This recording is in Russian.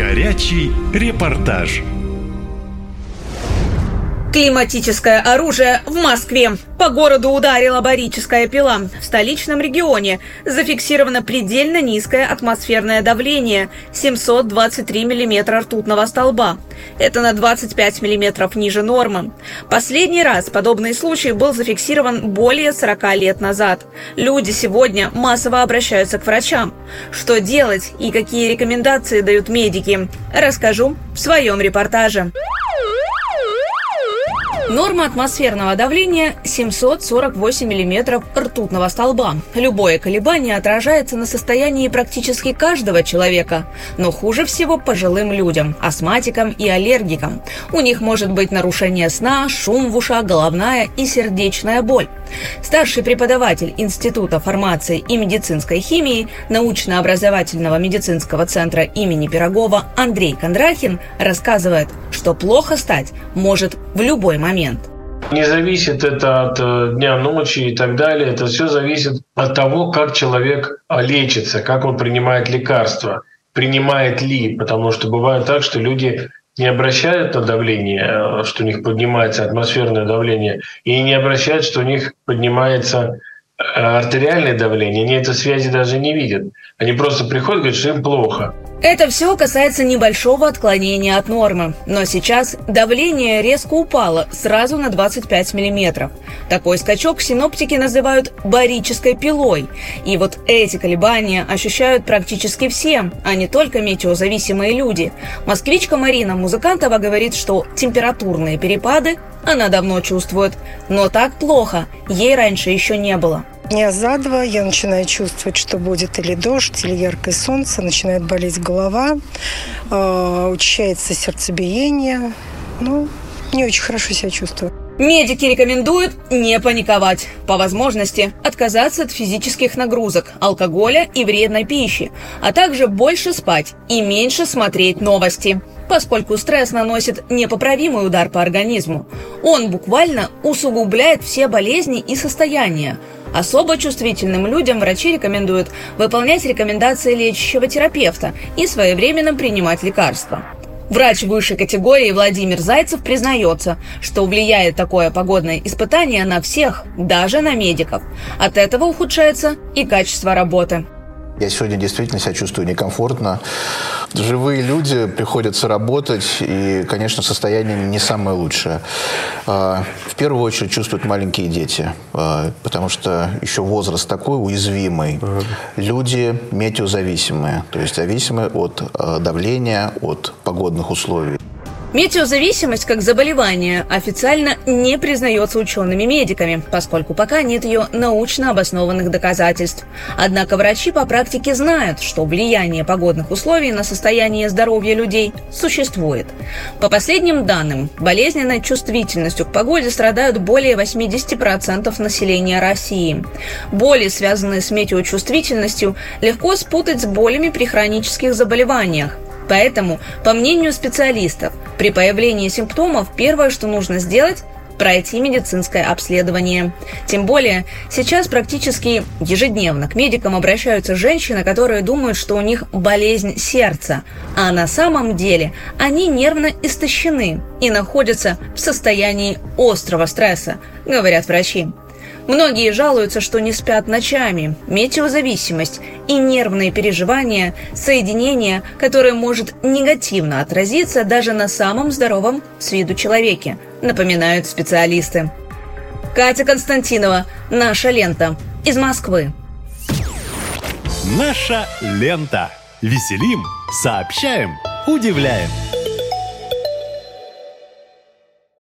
Горячий репортаж. Климатическое оружие в Москве. По городу ударила барическая пила. В столичном регионе зафиксировано предельно низкое атмосферное давление – 723 миллиметра ртутного столба. Это на 25 миллиметров ниже нормы. Последний раз подобный случай был зафиксирован более 40 лет назад. Люди сегодня массово обращаются к врачам. Что делать и какие рекомендации дают медики, расскажу в своем репортаже. Норма атмосферного давления – 748 миллиметров ртутного столба. Любое колебание отражается на состоянии практически каждого человека. Но хуже всего пожилым людям, астматикам и аллергикам. У них может быть нарушение сна, шум в ушах, головная и сердечная боль. Старший преподаватель Института фармации и медицинской химии научно-образовательного медицинского центра имени Пирогова Андрей Кондрахин рассказывает, что плохо стать может в любой момент. Не зависит это от дня, ночи и так далее. Это все зависит от того, как человек лечится, как он принимает лекарства, принимает ли. Потому что бывает так, что люди не обращают на давление, что у них поднимается атмосферное давление, и не обращают, что у них поднимается артериальное давление. Они этой связи даже не видят. Они просто приходят и говорят, что им плохо. Это все касается небольшого отклонения от нормы. Но сейчас давление резко упало сразу на 25 миллиметров. Такой скачок синоптики называют барической пилой. И вот эти колебания ощущают практически все, а не только метеозависимые люди. Москвичка Марина Музыкантова говорит, что температурные перепады она давно чувствует. Но так плохо ей раньше еще не было. Дня за два я начинаю чувствовать, что будет или дождь, или яркое солнце, начинает болеть голова, учащается сердцебиение. Не очень хорошо себя чувствую. Медики рекомендуют не паниковать. По возможности отказаться от физических нагрузок, алкоголя и вредной пищи, а также больше спать и меньше смотреть новости, поскольку стресс наносит непоправимый удар по организму. Он буквально усугубляет все болезни и состояния. Особо чувствительным людям врачи рекомендуют выполнять рекомендации лечащего терапевта и своевременно принимать лекарства. Врач высшей категории Владимир Зайцев признается, что влияет такое погодное испытание на всех, даже на медиков. От этого ухудшается и качество работы. Я сегодня действительно себя чувствую некомфортно. Живые люди, приходится работать, и, конечно, состояние не самое лучшее. В первую очередь чувствуют маленькие дети, потому что еще возраст такой уязвимый. Люди метеозависимые, то есть зависимые от давления, от погодных условий. Метеозависимость как заболевание официально не признается учеными-медиками, поскольку пока нет ее научно обоснованных доказательств. Однако врачи по практике знают, что влияние погодных условий на состояние здоровья людей существует. По последним данным, болезненной чувствительностью к погоде страдают более 80% населения России. Боли, связанные с метеочувствительностью, легко спутать с болями при хронических заболеваниях. Поэтому, по мнению специалистов, при появлении симптомов первое, что нужно сделать – пройти медицинское обследование. Тем более, сейчас практически ежедневно к медикам обращаются женщины, которые думают, что у них болезнь сердца, а на самом деле они нервно истощены и находятся в состоянии острого стресса, говорят врачи. Многие жалуются, что не спят ночами. Метеозависимость и нервные переживания – соединение, которое может негативно отразиться даже на самом здоровом с виду человеке, напоминают специалисты. Катя Константинова, «Наша лента», из Москвы. Наша лента. Веселим, сообщаем, удивляем.